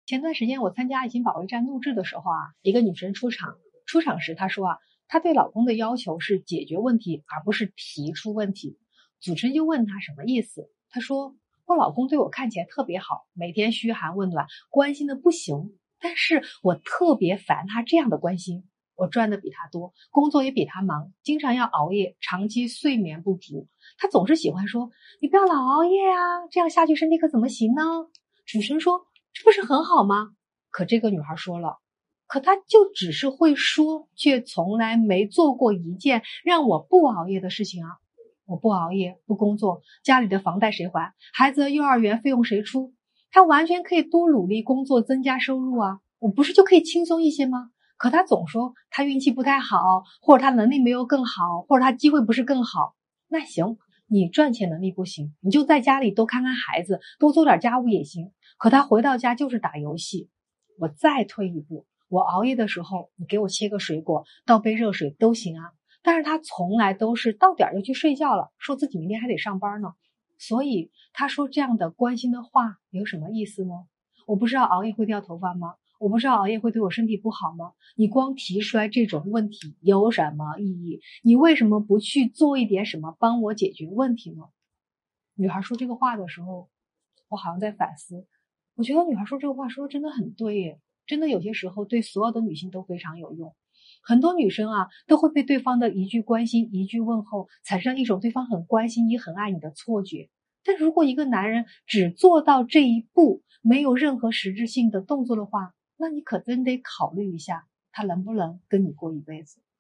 前段时间我参加爱情保卫战录制的时候一个女生出场时她说她对老公的要求是解决问题，而不是提出问题。主持人就问她什么意思，她说我老公对我看起来特别好，每天嘘寒问暖，关心的不行，但是我特别烦他这样的关心。我赚的比他多，工作也比他忙，经常要熬夜，长期睡眠不足。他总是喜欢说你不要老熬夜这样下去身体可怎么行呢？主持人说这不是很好吗？可这个女孩说了，可她就只是会说，却从来没做过一件让我不熬夜的事情我不熬夜，不工作，家里的房贷谁还？孩子的幼儿园费用谁出？她完全可以多努力工作，增加收入我不是就可以轻松一些吗？可她总说她运气不太好，或者她能力没有更好，或者她机会不是更好。那行，你赚钱能力不行，你就在家里多看看孩子，多做点家务也行。可她回到家就是打游戏。我再退一步，我熬夜的时候，你给我切个水果，倒杯热水都行但是他从来都是到点就去睡觉了，说自己明天还得上班呢。所以他说这样的关心的话有什么意思呢？我不知道熬夜会掉头发吗？我不知道熬夜会对我身体不好吗？你光提出来这种问题有什么意义？你为什么不去做一点什么帮我解决问题呢？女孩说这个话的时候，我好像在反思，我觉得女孩说这个话说的真的很对耶，真的有些时候对所有的女性都非常有用。很多女生都会被对方的一句关心，一句问候，产生一种对方很关心你、很爱你的错觉。但如果一个男人只做到这一步，没有任何实质性的动作的话，那你可真得考虑一下，他能不能跟你过一辈子。